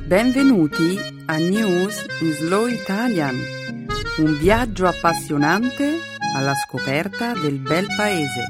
Benvenuti a News in Slow Italian, un viaggio appassionante alla scoperta del bel paese.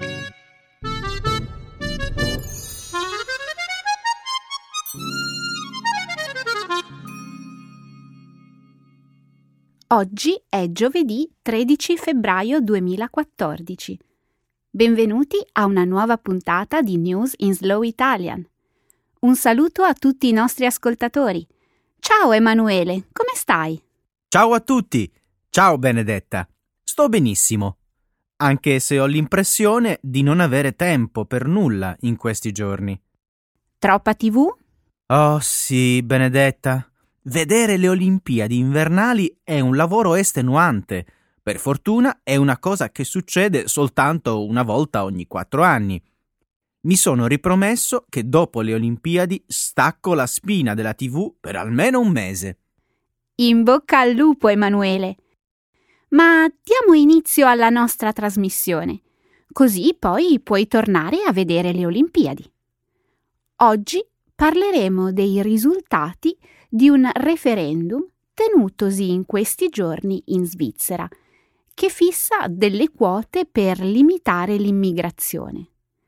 Oggi è giovedì 13 febbraio 2014. Benvenuti a una nuova puntata di News in Slow Italian. Un saluto a tutti i nostri ascoltatori. Ciao Emanuele, come stai? Ciao a tutti! Ciao Benedetta! Sto benissimo, anche se ho l'impressione di non avere tempo per nulla in questi giorni. Troppa TV? Oh sì, Benedetta. Vedere le Olimpiadi invernali è un lavoro estenuante. Per fortuna è una cosa che succede soltanto una volta ogni 4 anni. Mi sono ripromesso che dopo le Olimpiadi stacco la spina della TV per almeno un mese. In bocca al lupo, Emanuele! Ma diamo inizio alla nostra trasmissione, così poi puoi tornare a vedere le Olimpiadi. Oggi parleremo dei risultati di un referendum tenutosi in questi giorni in Svizzera, che fissa delle quote per limitare l'immigrazione.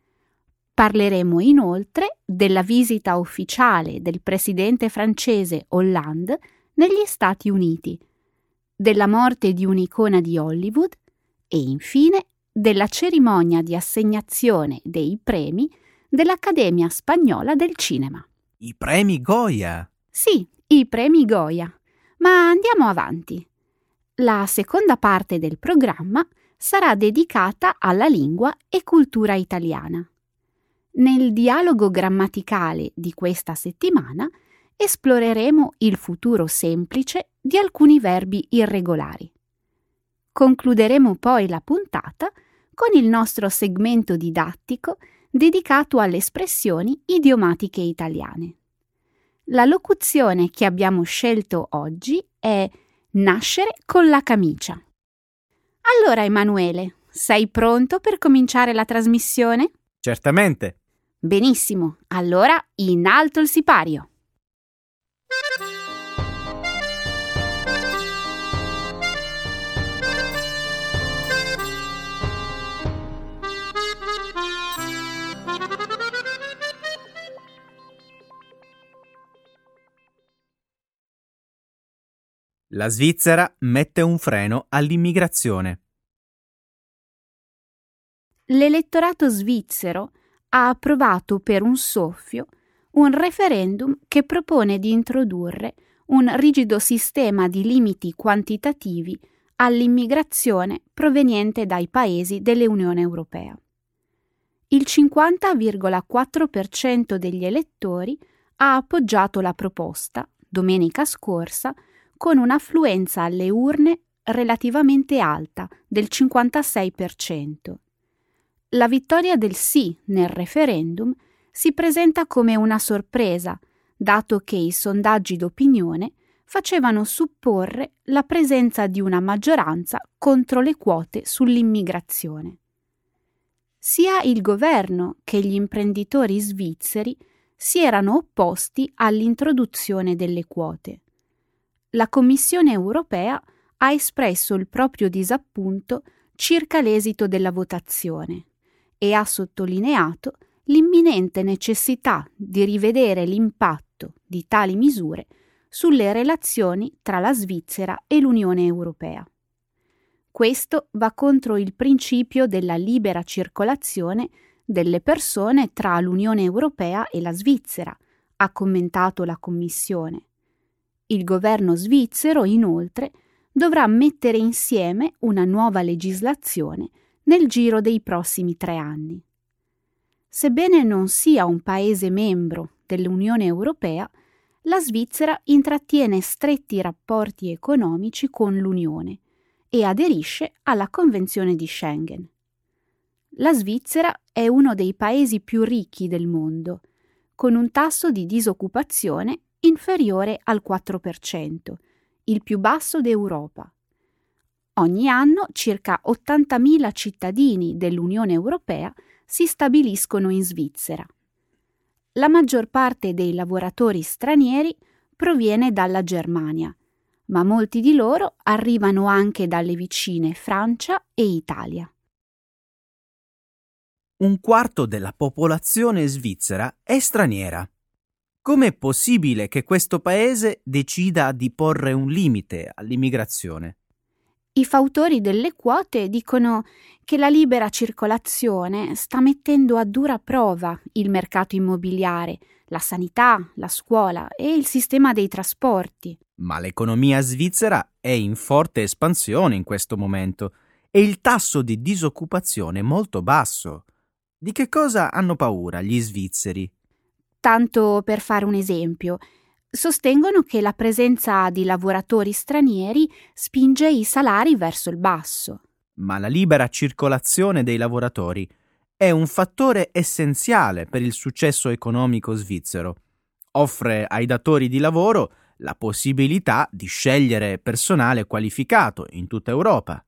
Parleremo inoltre della visita ufficiale del presidente francese Hollande negli Stati Uniti, della morte di un'icona di Hollywood e infine della cerimonia di assegnazione dei premi dell'Accademia Spagnola del Cinema. I premi Goya? Sì, i premi Goya. Ma andiamo avanti. La seconda parte del programma sarà dedicata alla lingua e cultura italiana. Nel dialogo grammaticale di questa settimana esploreremo il futuro semplice di alcuni verbi irregolari. Concluderemo poi la puntata con il nostro segmento didattico dedicato alle espressioni idiomatiche italiane. La locuzione che abbiamo scelto oggi è nascere con la camicia. Allora, Emanuele, sei pronto per cominciare la trasmissione? Certamente. Benissimo, allora in alto il sipario. La Svizzera mette un freno all'immigrazione. L'elettorato svizzero ha approvato per un soffio un referendum che propone di introdurre un rigido sistema di limiti quantitativi all'immigrazione proveniente dai paesi dell'Unione Europea. Il 50,4% degli elettori ha appoggiato la proposta domenica scorsa con un'affluenza alle urne relativamente alta del 56%. La vittoria del sì nel referendum si presenta come una sorpresa, dato che i sondaggi d'opinione facevano supporre la presenza di una maggioranza contro le quote sull'immigrazione. Sia il governo che gli imprenditori svizzeri si erano opposti all'introduzione delle quote. La Commissione europea ha espresso il proprio disappunto circa l'esito della votazione e ha sottolineato l'imminente necessità di rivedere l'impatto di tali misure sulle relazioni tra la Svizzera e l'Unione Europea. Questo va contro il principio della libera circolazione delle persone tra l'Unione Europea e la Svizzera, ha commentato la Commissione. Il governo svizzero, inoltre, dovrà mettere insieme una nuova legislazione nel giro dei prossimi 3 anni. Sebbene non sia un paese membro dell'Unione Europea, la Svizzera intrattiene stretti rapporti economici con l'Unione e aderisce alla Convenzione di Schengen. La Svizzera è uno dei paesi più ricchi del mondo, con un tasso di disoccupazione inferiore al 4%, il più basso d'Europa. Ogni anno circa 80.000 cittadini dell'Unione Europea si stabiliscono in Svizzera. La maggior parte dei lavoratori stranieri proviene dalla Germania, ma molti di loro arrivano anche dalle vicine Francia e Italia. Un quarto della popolazione svizzera è straniera. Com'è possibile che questo paese decida di porre un limite all'immigrazione? I fautori delle quote dicono che la libera circolazione sta mettendo a dura prova il mercato immobiliare, la sanità, la scuola e il sistema dei trasporti. Ma l'economia svizzera è in forte espansione in questo momento e il tasso di disoccupazione è molto basso. Di che cosa hanno paura gli svizzeri? Tanto per fare un esempio, sostengono che la presenza di lavoratori stranieri spinge i salari verso il basso. Ma la libera circolazione dei lavoratori è un fattore essenziale per il successo economico svizzero. Offre ai datori di lavoro la possibilità di scegliere personale qualificato in tutta Europa.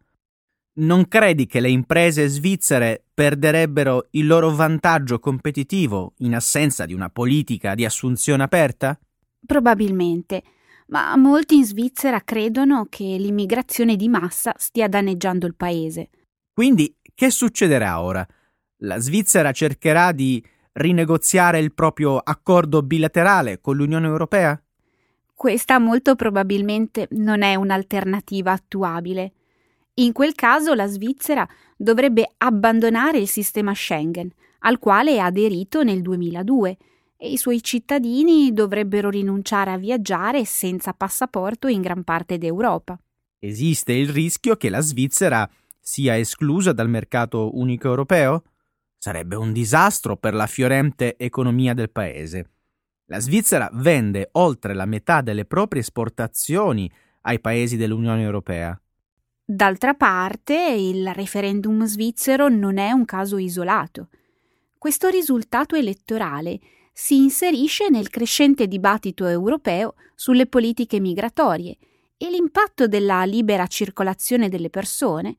Non credi che le imprese svizzere perderebbero il loro vantaggio competitivo in assenza di una politica di assunzione aperta? Probabilmente, ma molti in Svizzera credono che l'immigrazione di massa stia danneggiando il paese. Quindi, che succederà ora? La Svizzera cercherà di rinegoziare il proprio accordo bilaterale con l'Unione Europea? Questa molto probabilmente non è un'alternativa attuabile. In quel caso la Svizzera dovrebbe abbandonare il sistema Schengen, al quale ha aderito nel 2002, e i suoi cittadini dovrebbero rinunciare a viaggiare senza passaporto in gran parte d'Europa. Esiste il rischio che la Svizzera sia esclusa dal mercato unico europeo? Sarebbe un disastro per la fiorente economia del paese. La Svizzera vende oltre la metà delle proprie esportazioni ai paesi dell'Unione Europea. D'altra parte, il referendum svizzero non è un caso isolato. Questo risultato elettorale si inserisce nel crescente dibattito europeo sulle politiche migratorie e l'impatto della libera circolazione delle persone,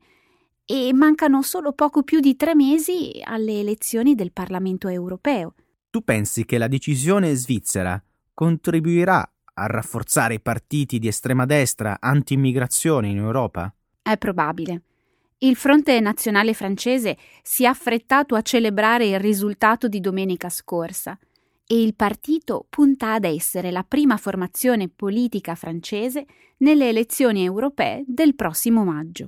e mancano solo poco più di 3 mesi alle elezioni del Parlamento europeo. Tu pensi che la decisione svizzera contribuirà a rafforzare i partiti di estrema destra anti-immigrazione in Europa? È probabile. Il Fronte Nazionale francese si è affrettato a celebrare il risultato di domenica scorsa e il partito punta ad essere la prima formazione politica francese nelle elezioni europee del prossimo maggio.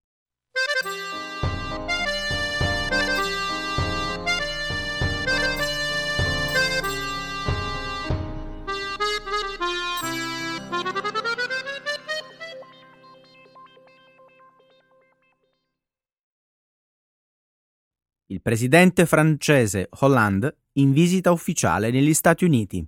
Il presidente francese Hollande in visita ufficiale negli Stati Uniti.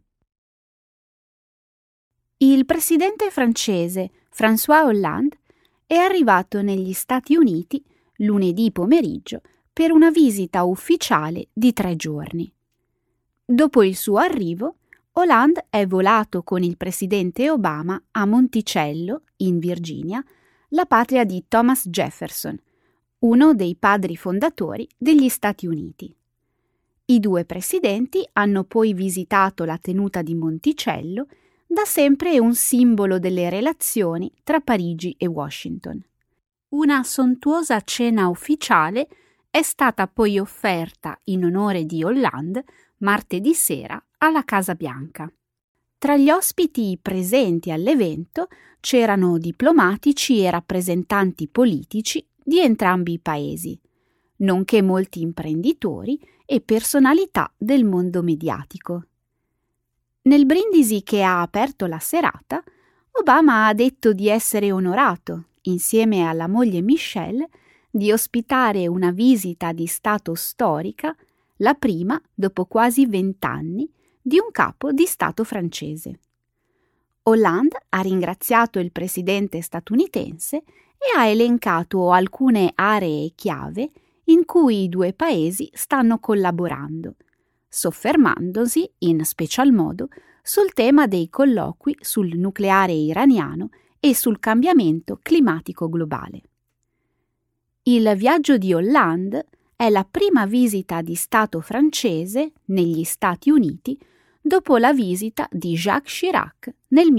Il presidente francese François Hollande è arrivato negli Stati Uniti lunedì pomeriggio per una visita ufficiale di 3 giorni. Dopo il suo arrivo, Hollande è volato con il presidente Obama a Monticello, in Virginia, la patria di Thomas Jefferson, uno dei padri fondatori degli Stati Uniti. I 2 presidenti hanno poi visitato la tenuta di Monticello, da sempre un simbolo delle relazioni tra Parigi e Washington. Una sontuosa cena ufficiale è stata poi offerta in onore di Hollande martedì sera alla Casa Bianca. Tra gli ospiti presenti all'evento c'erano diplomatici e rappresentanti politici di entrambi i paesi, nonché molti imprenditori e personalità del mondo mediatico. Nel brindisi che ha aperto la serata, Obama ha detto di essere onorato, insieme alla moglie Michelle, di ospitare una visita di Stato storica, la prima, dopo quasi 20 anni, di un capo di Stato francese. Hollande ha ringraziato il presidente statunitense e ha elencato alcune aree chiave in cui i 2 paesi stanno collaborando, soffermandosi in special modo sul tema dei colloqui sul nucleare iraniano e sul cambiamento climatico globale. Il viaggio di Hollande è la prima visita di Stato francese negli Stati Uniti dopo la visita di Jacques Chirac nel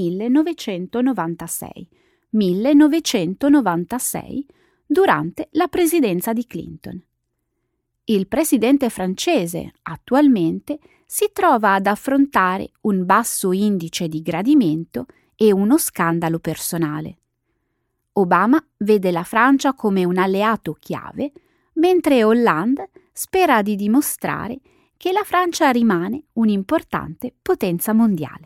1996, durante la presidenza di Clinton. Il presidente francese attualmente si trova ad affrontare un basso indice di gradimento e uno scandalo personale. Obama vede la Francia come un alleato chiave, mentre Hollande spera di dimostrare che la Francia rimane un'importante potenza mondiale.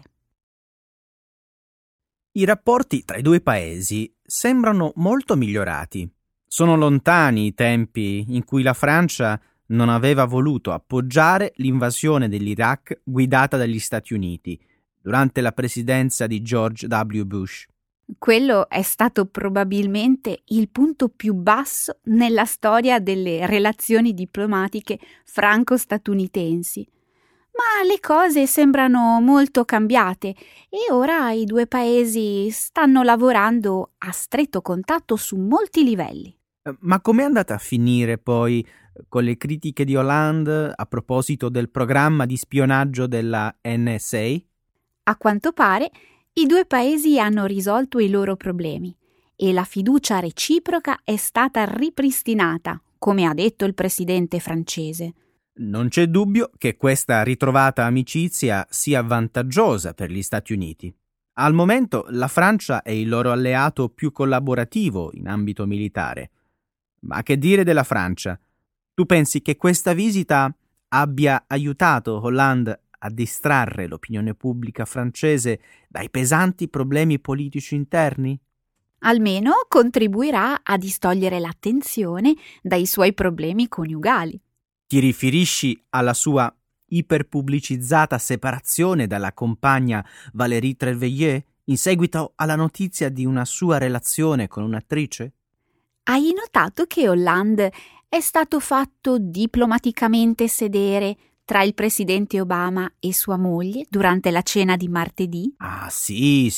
I rapporti tra i due paesi sembrano molto migliorati. Sono lontani i tempi in cui la Francia non aveva voluto appoggiare l'invasione dell'Iraq guidata dagli Stati Uniti durante la presidenza di George W. Bush. Quello è stato probabilmente il punto più basso nella storia delle relazioni diplomatiche franco-statunitensi. Ma le cose sembrano molto cambiate e ora i due paesi stanno lavorando a stretto contatto su molti livelli. Ma com'è andata a finire poi con le critiche di Hollande a proposito del programma di spionaggio della NSA? A quanto pare, i due paesi hanno risolto i loro problemi e la fiducia reciproca è stata ripristinata, come ha detto il presidente francese. Non c'è dubbio che questa ritrovata amicizia sia vantaggiosa per gli Stati Uniti. Al momento la Francia è il loro alleato più collaborativo in ambito militare. Ma che dire della Francia? Tu pensi che questa visita abbia aiutato Hollande a distrarre l'opinione pubblica francese dai pesanti problemi politici interni? Almeno contribuirà a distogliere l'attenzione dai suoi problemi coniugali. Ti riferisci alla sua iperpubblicizzata separazione dalla compagna Valérie Trierweiler in seguito alla notizia di una sua relazione con un'attrice? Hai notato che Hollande è stato fatto diplomaticamente sedere tra il presidente Obama e sua moglie durante la cena di martedì? Ah, sì.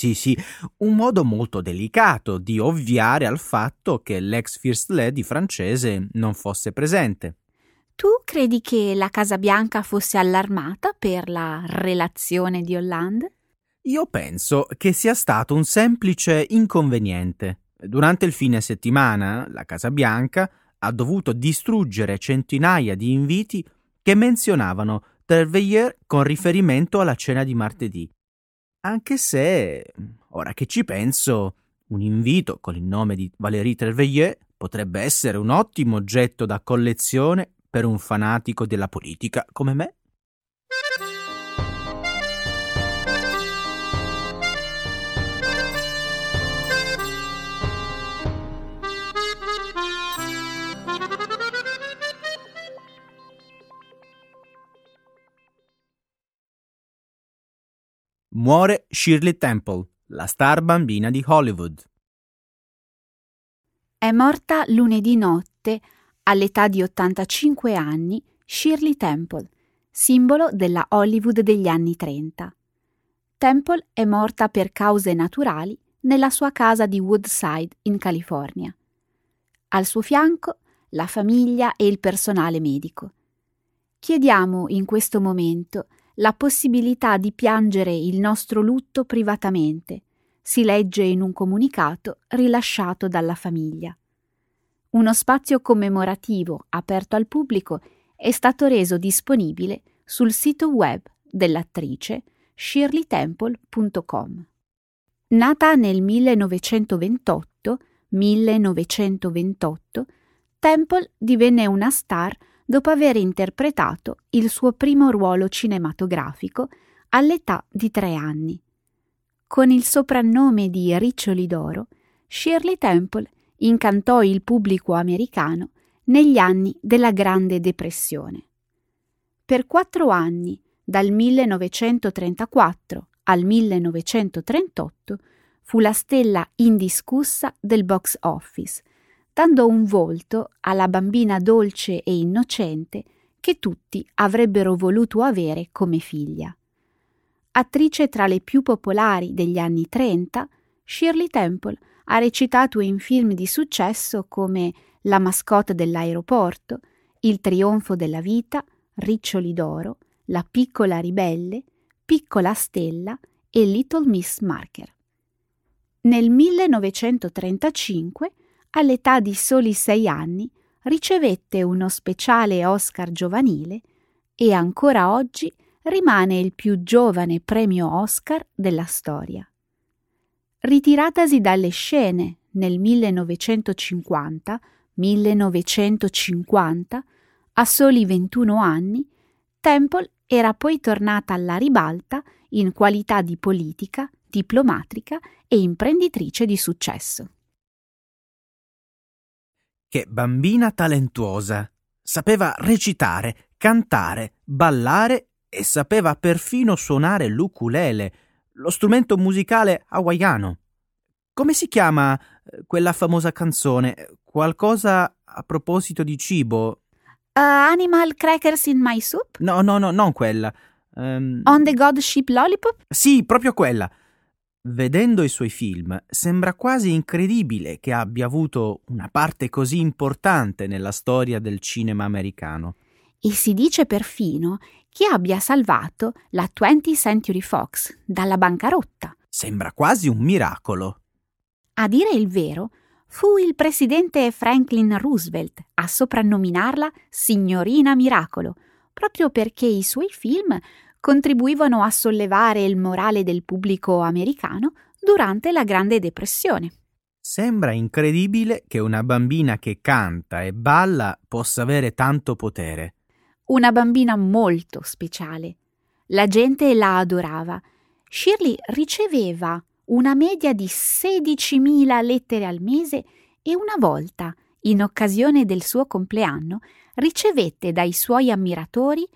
Un modo molto delicato di ovviare al fatto che l'ex First Lady francese non fosse presente. Tu credi che la Casa Bianca fosse allarmata per la relazione di Hollande? Io penso che sia stato un semplice inconveniente. Durante il fine settimana, la Casa Bianca ha dovuto distruggere centinaia di inviti che menzionavano Trierweiler con riferimento alla cena di martedì. Anche se, ora che ci penso, un invito con il nome di Valérie Trierweiler potrebbe essere un ottimo oggetto da collezione per un fanatico della politica come me. Muore Shirley Temple, la star bambina di Hollywood. È morta lunedì notte, all'età di 85 anni, Shirley Temple, simbolo della Hollywood degli anni 30. Temple è morta per cause naturali nella sua casa di Woodside, in California. Al suo fianco la famiglia e il personale medico. Chiediamo in questo momento la possibilità di piangere il nostro lutto privatamente, si legge in un comunicato rilasciato dalla famiglia. Uno spazio commemorativo aperto al pubblico è stato reso disponibile sul sito web dell'attrice shirleytemple.com. Nata nel 1928, Temple divenne una star dopo aver interpretato il suo primo ruolo cinematografico all'età di 3 anni. Con il soprannome di Riccioli d'Oro, Shirley Temple incantò il pubblico americano negli anni della Grande Depressione. Per 4 anni, dal 1934 al 1938, fu la stella indiscussa del box office, dando un volto alla bambina dolce e innocente che tutti avrebbero voluto avere come figlia. Attrice tra le più popolari degli anni 30, Shirley Temple ha recitato in film di successo come La mascotte dell'aeroporto, Il trionfo della vita, Riccioli d'Oro, La piccola ribelle, Piccola Stella e Little Miss Marker. Nel 1935, all'età di soli 6 anni, ricevette uno speciale Oscar giovanile e ancora oggi rimane il più giovane premio Oscar della storia. Ritiratasi dalle scene nel 1950, a soli 21 anni, Temple era poi tornata alla ribalta in qualità di politica, diplomatica e imprenditrice di successo. Che bambina talentuosa! Sapeva recitare, cantare, ballare e sapeva perfino suonare l'ukulele, lo strumento musicale hawaiano. Come si chiama quella famosa canzone? Qualcosa a proposito di cibo? Animal Crackers in My Soup? No, non quella. On the God Ship Lollipop? Sì, proprio quella. Vedendo i suoi film, sembra quasi incredibile che abbia avuto una parte così importante nella storia del cinema americano. E si dice perfino che abbia salvato la 20th Century Fox dalla bancarotta. Sembra quasi un miracolo. A dire il vero, fu il presidente Franklin Roosevelt a soprannominarla Signorina Miracolo, proprio perché i suoi film contribuivano a sollevare il morale del pubblico americano durante la Grande Depressione. Sembra incredibile che una bambina che canta e balla possa avere tanto potere. Una bambina molto speciale. La gente la adorava. Shirley riceveva una media di 16.000 lettere al mese e una volta, in occasione del suo compleanno, ricevette dai suoi ammiratori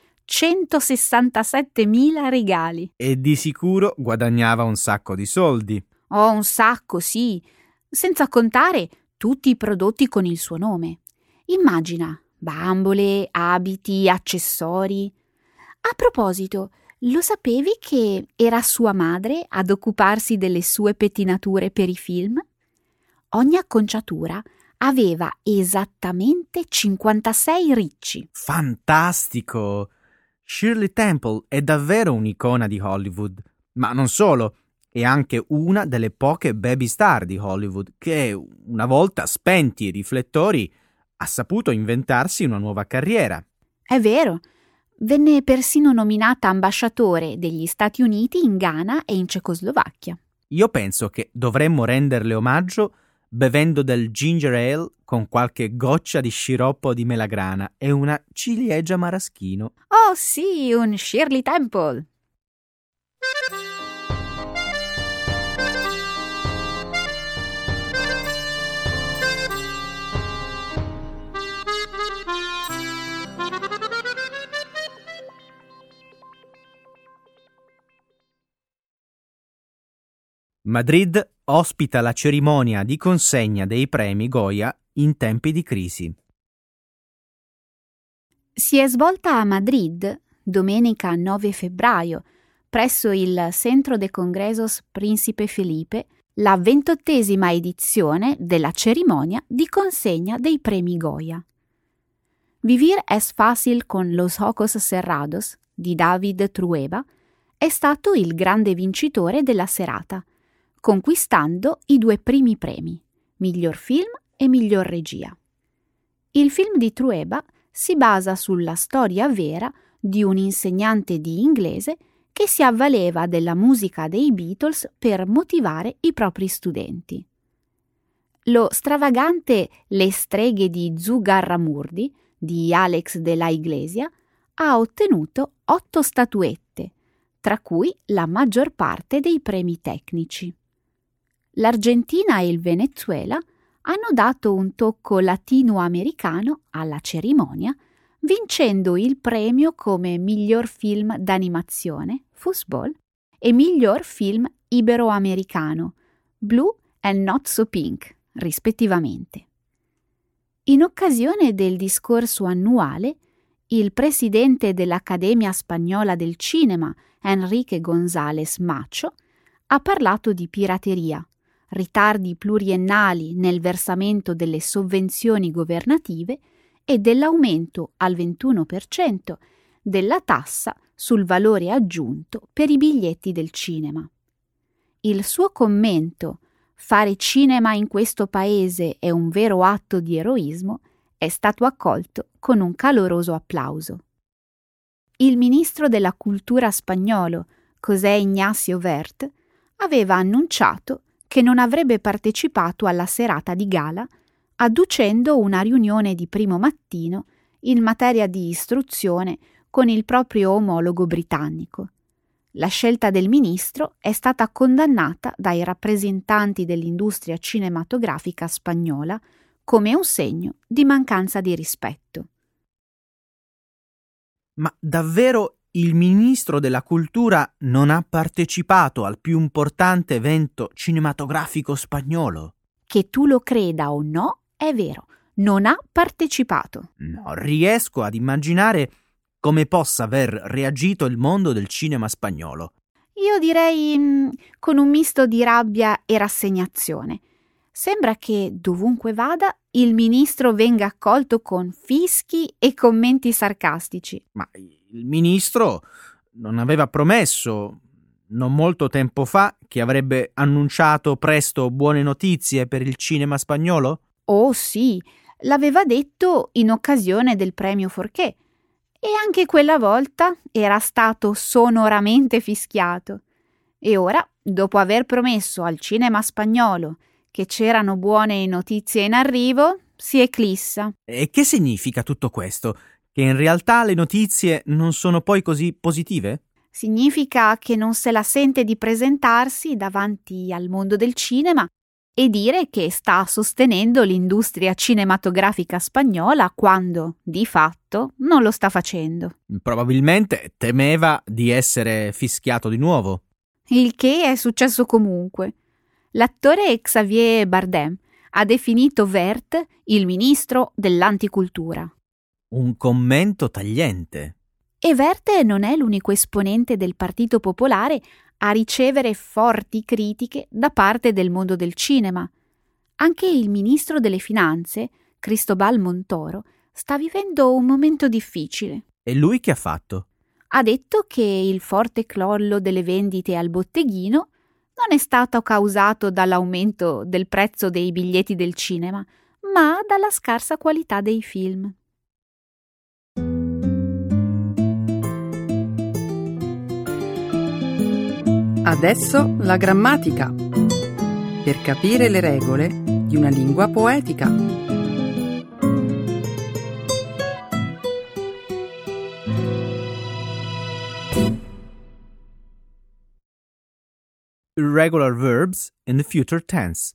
167.000 regali. E di sicuro guadagnava un sacco di soldi. Oh, un sacco, sì, senza contare tutti i prodotti con il suo nome. Immagina, bambole, abiti, accessori. A proposito, lo sapevi che era sua madre ad occuparsi delle sue pettinature per i film? Ogni acconciatura aveva esattamente 56 ricci. Fantastico! Shirley Temple è davvero un'icona di Hollywood, ma non solo, è anche una delle poche baby star di Hollywood che, una volta spenti i riflettori, ha saputo inventarsi una nuova carriera. È vero, venne persino nominata ambasciatore degli Stati Uniti in Ghana e in Cecoslovacchia. Io penso che dovremmo renderle omaggio bevendo del ginger ale con qualche goccia di sciroppo di melagrana e una ciliegia maraschino. Oh sì, un Shirley Temple! Madrid ospita la cerimonia di consegna dei premi Goya in tempi di crisi. Si è svolta a Madrid domenica 9 febbraio, presso il Centro de Congressos Príncipe Felipe, la 28ª edizione della cerimonia di consegna dei premi Goya. Vivir es fácil con los ojos cerrados di David Trueba è stato il grande vincitore della serata, conquistando i 2 primi premi, miglior film e miglior regia. Il film di Trueba si basa sulla storia vera di un insegnante di inglese che si avvaleva della musica dei Beatles per motivare i propri studenti. Lo stravagante Le streghe di Zugarramurdi di Alex de la Iglesia ha ottenuto 8 statuette, tra cui la maggior parte dei premi tecnici. L'Argentina e il Venezuela hanno dato un tocco latinoamericano alla cerimonia, vincendo il premio come miglior film d'animazione, Football, e miglior film iberoamericano, Blue and Not So Pink, rispettivamente. In occasione del discorso annuale, il presidente dell'Accademia Spagnola del Cinema, Enrique González Macho, ha parlato di pirateria, ritardi pluriennali nel versamento delle sovvenzioni governative e dell'aumento al 21% della tassa sul valore aggiunto per i biglietti del cinema. Il suo commento «Fare cinema in questo paese è un vero atto di eroismo» è stato accolto con un caloroso applauso. Il ministro della cultura spagnolo, José Ignacio Wert, aveva annunciato che non avrebbe partecipato alla serata di gala, adducendo una riunione di primo mattino in materia di istruzione con il proprio omologo britannico. La scelta del ministro è stata condannata dai rappresentanti dell'industria cinematografica spagnola come un segno di mancanza di rispetto. Ma davvero il ministro della cultura non ha partecipato al più importante evento cinematografico spagnolo? Che tu lo creda o no, è vero, non ha partecipato. Non riesco ad immaginare come possa aver reagito il mondo del cinema spagnolo. Io direi con un misto di rabbia e rassegnazione. Sembra che dovunque vada il ministro venga accolto con fischi e commenti sarcastici. Ma il ministro non aveva promesso, non molto tempo fa, che avrebbe annunciato presto buone notizie per il cinema spagnolo? Oh sì, l'aveva detto in occasione del premio Forqué. E anche quella volta era stato sonoramente fischiato. E ora, dopo aver promesso al cinema spagnolo che c'erano buone notizie in arrivo, si eclissa. E che significa tutto questo? Che in realtà le notizie non sono poi così positive? Significa che non se la sente di presentarsi davanti al mondo del cinema e dire che sta sostenendo l'industria cinematografica spagnola quando, di fatto, non lo sta facendo. Probabilmente temeva di essere fischiato di nuovo. Il che è successo comunque. L'attore Xavier Bardem ha definito Wert il ministro dell'anticultura. Un commento tagliente. E Wert non è l'unico esponente del Partito Popolare a ricevere forti critiche da parte del mondo del cinema. Anche il ministro delle Finanze, Cristóbal Montoro, sta vivendo un momento difficile. E lui che ha fatto? Ha detto che il forte crollo delle vendite al botteghino non è stato causato dall'aumento del prezzo dei biglietti del cinema, ma dalla scarsa qualità dei film. Adesso la grammatica, per capire le regole di una lingua poetica. Irregular verbs in the future tense.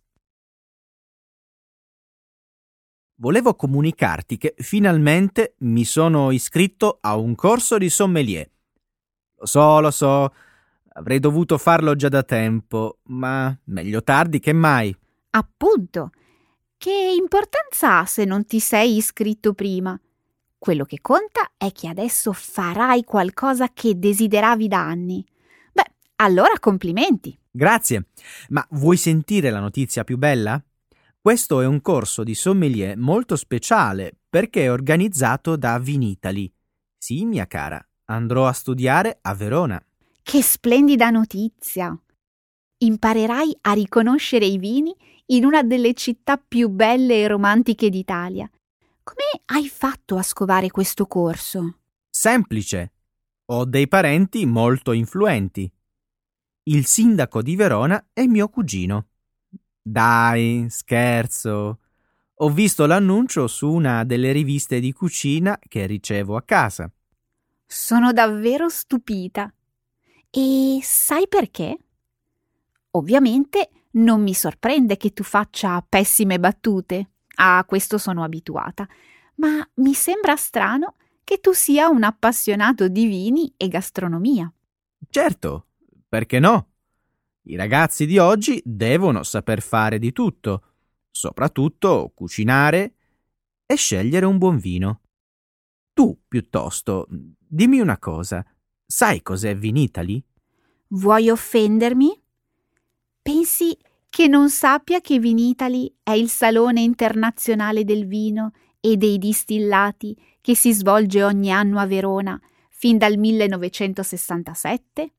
Volevo comunicarti che finalmente mi sono iscritto a un corso di sommelier. Lo so, avrei dovuto farlo già da tempo, ma meglio tardi che mai. Appunto, che importanza ha se non ti sei iscritto prima? Quello che conta è che adesso farai qualcosa che desideravi da anni. Beh, allora complimenti. Grazie, ma vuoi sentire la notizia più bella? Questo è un corso di sommelier molto speciale perché è organizzato da Vinitaly. Sì, mia cara, andrò a studiare a Verona. Che splendida notizia! Imparerai a riconoscere i vini in una delle città più belle e romantiche d'Italia. Come hai fatto a scovare questo corso? Semplice. Ho dei parenti molto influenti. Il sindaco di Verona è mio cugino. Dai, scherzo. Ho visto l'annuncio su una delle riviste di cucina che ricevo a casa. Sono davvero stupita. E sai perché? Ovviamente non mi sorprende che tu faccia pessime battute. A questo sono abituata. Ma mi sembra strano che tu sia un appassionato di vini e gastronomia. Certo, perché no? I ragazzi di oggi devono saper fare di tutto, soprattutto cucinare e scegliere un buon vino. Tu, piuttosto, dimmi una cosa. Sai cos'è Vinitaly? Vuoi offendermi? Pensi che non sappia che Vinitaly è il Salone internazionale del vino e dei distillati che si svolge ogni anno a Verona, fin dal 1967.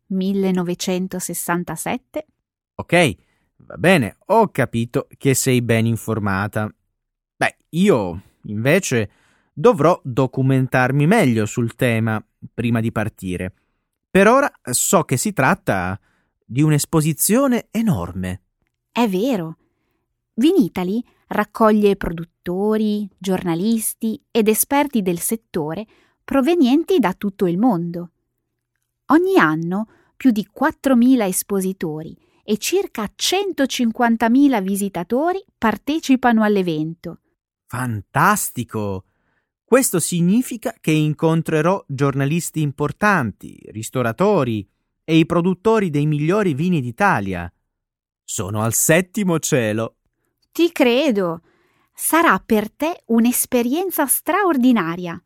1967. Ok, va bene, ho capito che sei ben informata. Beh, io, invece, dovrò documentarmi meglio sul tema prima di partire. Per ora so che si tratta di un'esposizione enorme. È vero. Vinitaly raccoglie produttori, giornalisti ed esperti del settore provenienti da tutto il mondo. Ogni anno più di 4.000 espositori e circa 150.000 visitatori partecipano all'evento. Fantastico! Questo significa che incontrerò giornalisti importanti, ristoratori e i produttori dei migliori vini d'Italia. Sono al 7° cielo. Ti credo. Sarà per te un'esperienza straordinaria.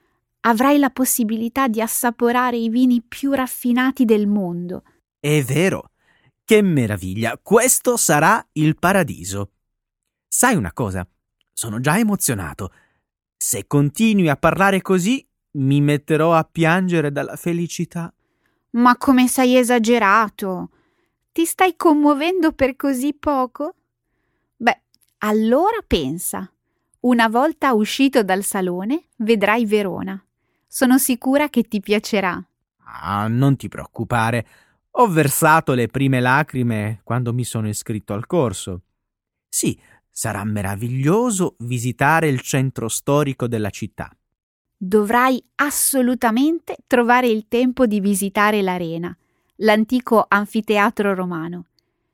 Avrai la possibilità di assaporare i vini più raffinati del mondo. È vero. Che meraviglia! Questo sarà il paradiso. Sai una cosa? Sono già emozionato. Se continui a parlare così, mi metterò a piangere dalla felicità. Ma come sei esagerato! Ti stai commuovendo per così poco? Beh, allora pensa. Una volta uscito dal salone, vedrai Verona. Sono sicura che ti piacerà. Ah, non ti preoccupare. Ho versato le prime lacrime quando mi sono iscritto al corso. Sì, sarà meraviglioso visitare il centro storico della città. Dovrai assolutamente trovare il tempo di visitare l'Arena, l'antico anfiteatro romano.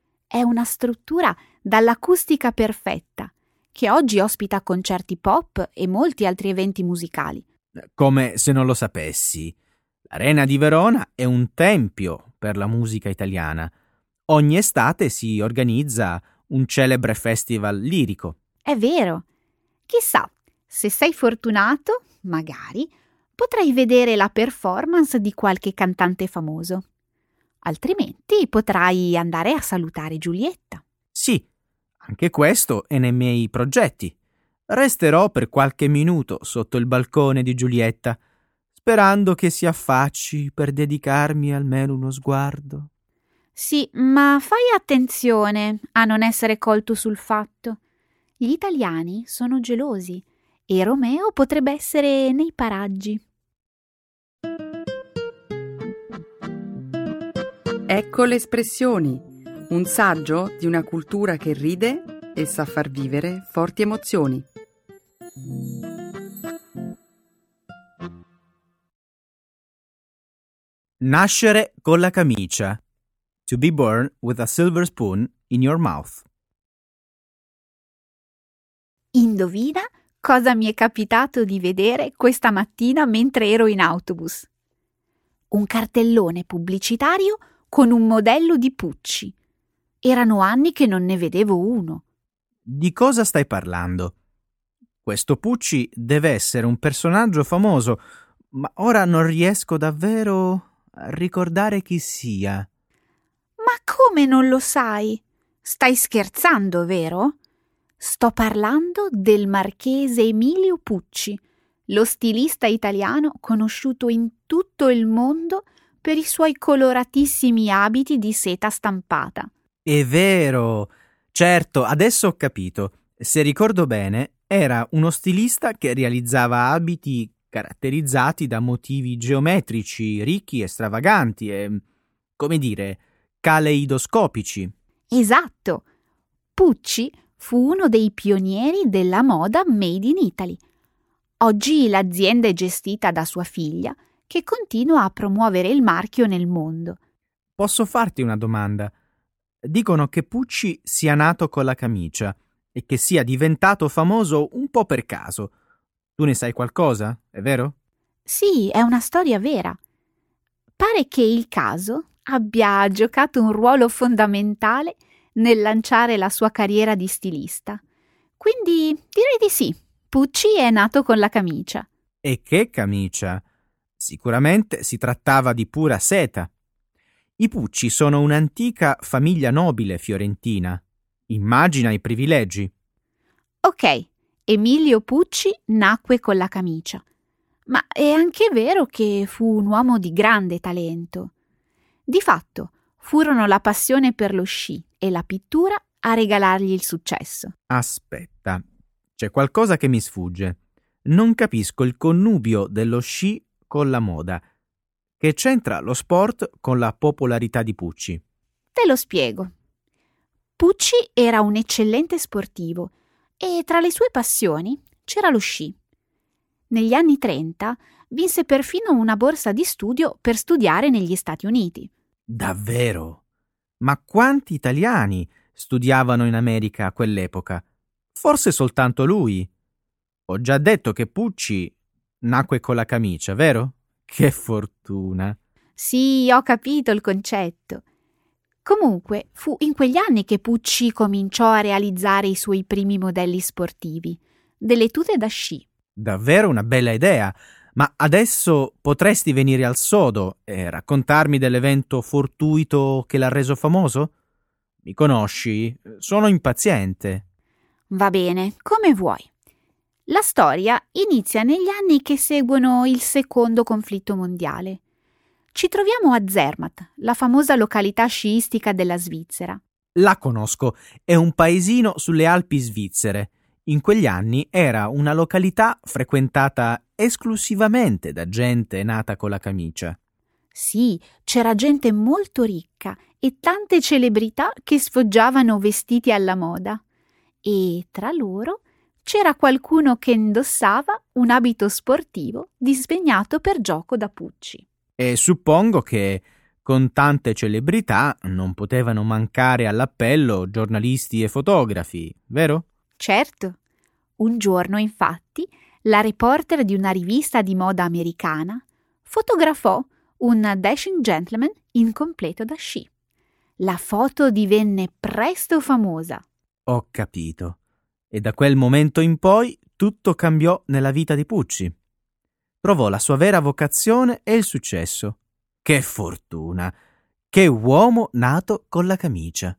È una struttura dall'acustica perfetta, che oggi ospita concerti pop e molti altri eventi musicali. Come se non lo sapessi, l'Arena di Verona è un tempio per la musica italiana. Ogni estate si organizza un celebre festival lirico. È vero. Chissà, se sei fortunato, magari, potrai vedere la performance di qualche cantante famoso. Altrimenti potrai andare a salutare Giulietta. Sì, anche questo è nei miei progetti. Resterò per qualche minuto sotto il balcone di Giulietta, sperando che si affacci per dedicarmi almeno uno sguardo. Sì, ma fai attenzione a non essere colto sul fatto. Gli italiani sono gelosi e Romeo potrebbe essere nei paraggi. Ecco le espressioni, un saggio di una cultura che ride e sa far vivere forti emozioni. Nascere con la camicia. To be born with a silver spoon in your mouth. Indovina cosa mi è capitato di vedere questa mattina mentre ero in autobus? Un cartellone pubblicitario con un modello di Pucci. Erano anni che non ne vedevo uno. Di cosa stai parlando? Questo Pucci deve essere un personaggio famoso, ma ora non riesco davvero a ricordare chi sia. Ma come non lo sai? Stai scherzando, vero? Sto parlando del marchese Emilio Pucci, lo stilista italiano conosciuto in tutto il mondo per i suoi coloratissimi abiti di seta stampata. È vero! Certo, adesso ho capito. Se ricordo bene, era uno stilista che realizzava abiti caratterizzati da motivi geometrici, ricchi e stravaganti e, come dire, caleidoscopici. Esatto! Pucci fu uno dei pionieri della moda made in Italy. Oggi l'azienda è gestita da sua figlia, che continua a promuovere il marchio nel mondo. Posso farti una domanda? Dicono che Pucci sia nato con la camicia e che sia diventato famoso un po' per caso. Tu ne sai qualcosa, è vero? Sì, è una storia vera. Pare che il caso abbia giocato un ruolo fondamentale nel lanciare la sua carriera di stilista. Quindi direi di sì, Pucci è nato con la camicia. E che camicia! Sicuramente si trattava di pura seta. I Pucci sono un'antica famiglia nobile fiorentina. Immagina i privilegi. Ok, Emilio Pucci nacque con la camicia. Ma è anche vero che fu un uomo di grande talento. Di fatto, furono la passione per lo sci e la pittura a regalargli il successo. Aspetta, c'è qualcosa che mi sfugge. Non capisco il connubio dello sci con la moda. Che c'entra lo sport con la popolarità di Pucci? Te lo spiego. Pucci era un eccellente sportivo e tra le sue passioni c'era lo sci. Negli anni 30 vinse perfino una borsa di studio per studiare negli Stati Uniti. Davvero? Ma quanti italiani studiavano in America a quell'epoca? Forse soltanto lui. Ho già detto che Pucci nacque con la camicia, vero? Che fortuna! Sì, ho capito il concetto. Comunque, fu in quegli anni che Pucci cominciò a realizzare i suoi primi modelli sportivi, delle tute da sci. Davvero una bella idea, ma adesso potresti venire al sodo e raccontarmi dell'evento fortuito che l'ha reso famoso? Mi conosci? Sono impaziente. Va bene, come vuoi. La storia inizia negli anni che seguono il secondo conflitto mondiale. Ci troviamo a Zermatt, la famosa località sciistica della Svizzera. La conosco, è un paesino sulle Alpi svizzere. In quegli anni era una località frequentata esclusivamente da gente nata con la camicia. Sì, c'era gente molto ricca e tante celebrità che sfoggiavano vestiti alla moda. E tra loro c'era qualcuno che indossava un abito sportivo disegnato per gioco da Pucci. E suppongo che con tante celebrità non potevano mancare all'appello giornalisti e fotografi, vero? Certo. Un giorno, infatti, la reporter di una rivista di moda americana fotografò un dashing gentleman in completo da sci. La foto divenne presto famosa. Ho capito. E da quel momento in poi tutto cambiò nella vita di Pucci. Trovò la sua vera vocazione e il successo. Che fortuna! Che uomo nato con la camicia!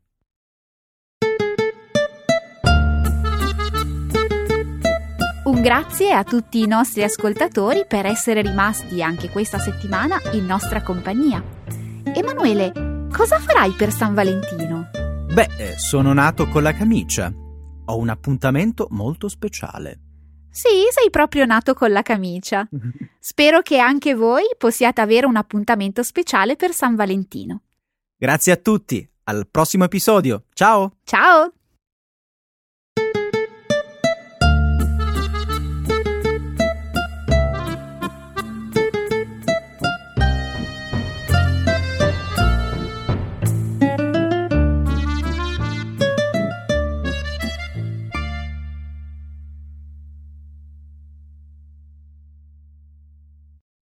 Un grazie a tutti i nostri ascoltatori per essere rimasti anche questa settimana in nostra compagnia. Emanuele, cosa farai per San Valentino? Beh, sono nato con la camicia. Ho un appuntamento molto speciale. Sì, sei proprio nato con la camicia. Spero che anche voi possiate avere un appuntamento speciale per San Valentino. Grazie a tutti. Al prossimo episodio. Ciao! Ciao!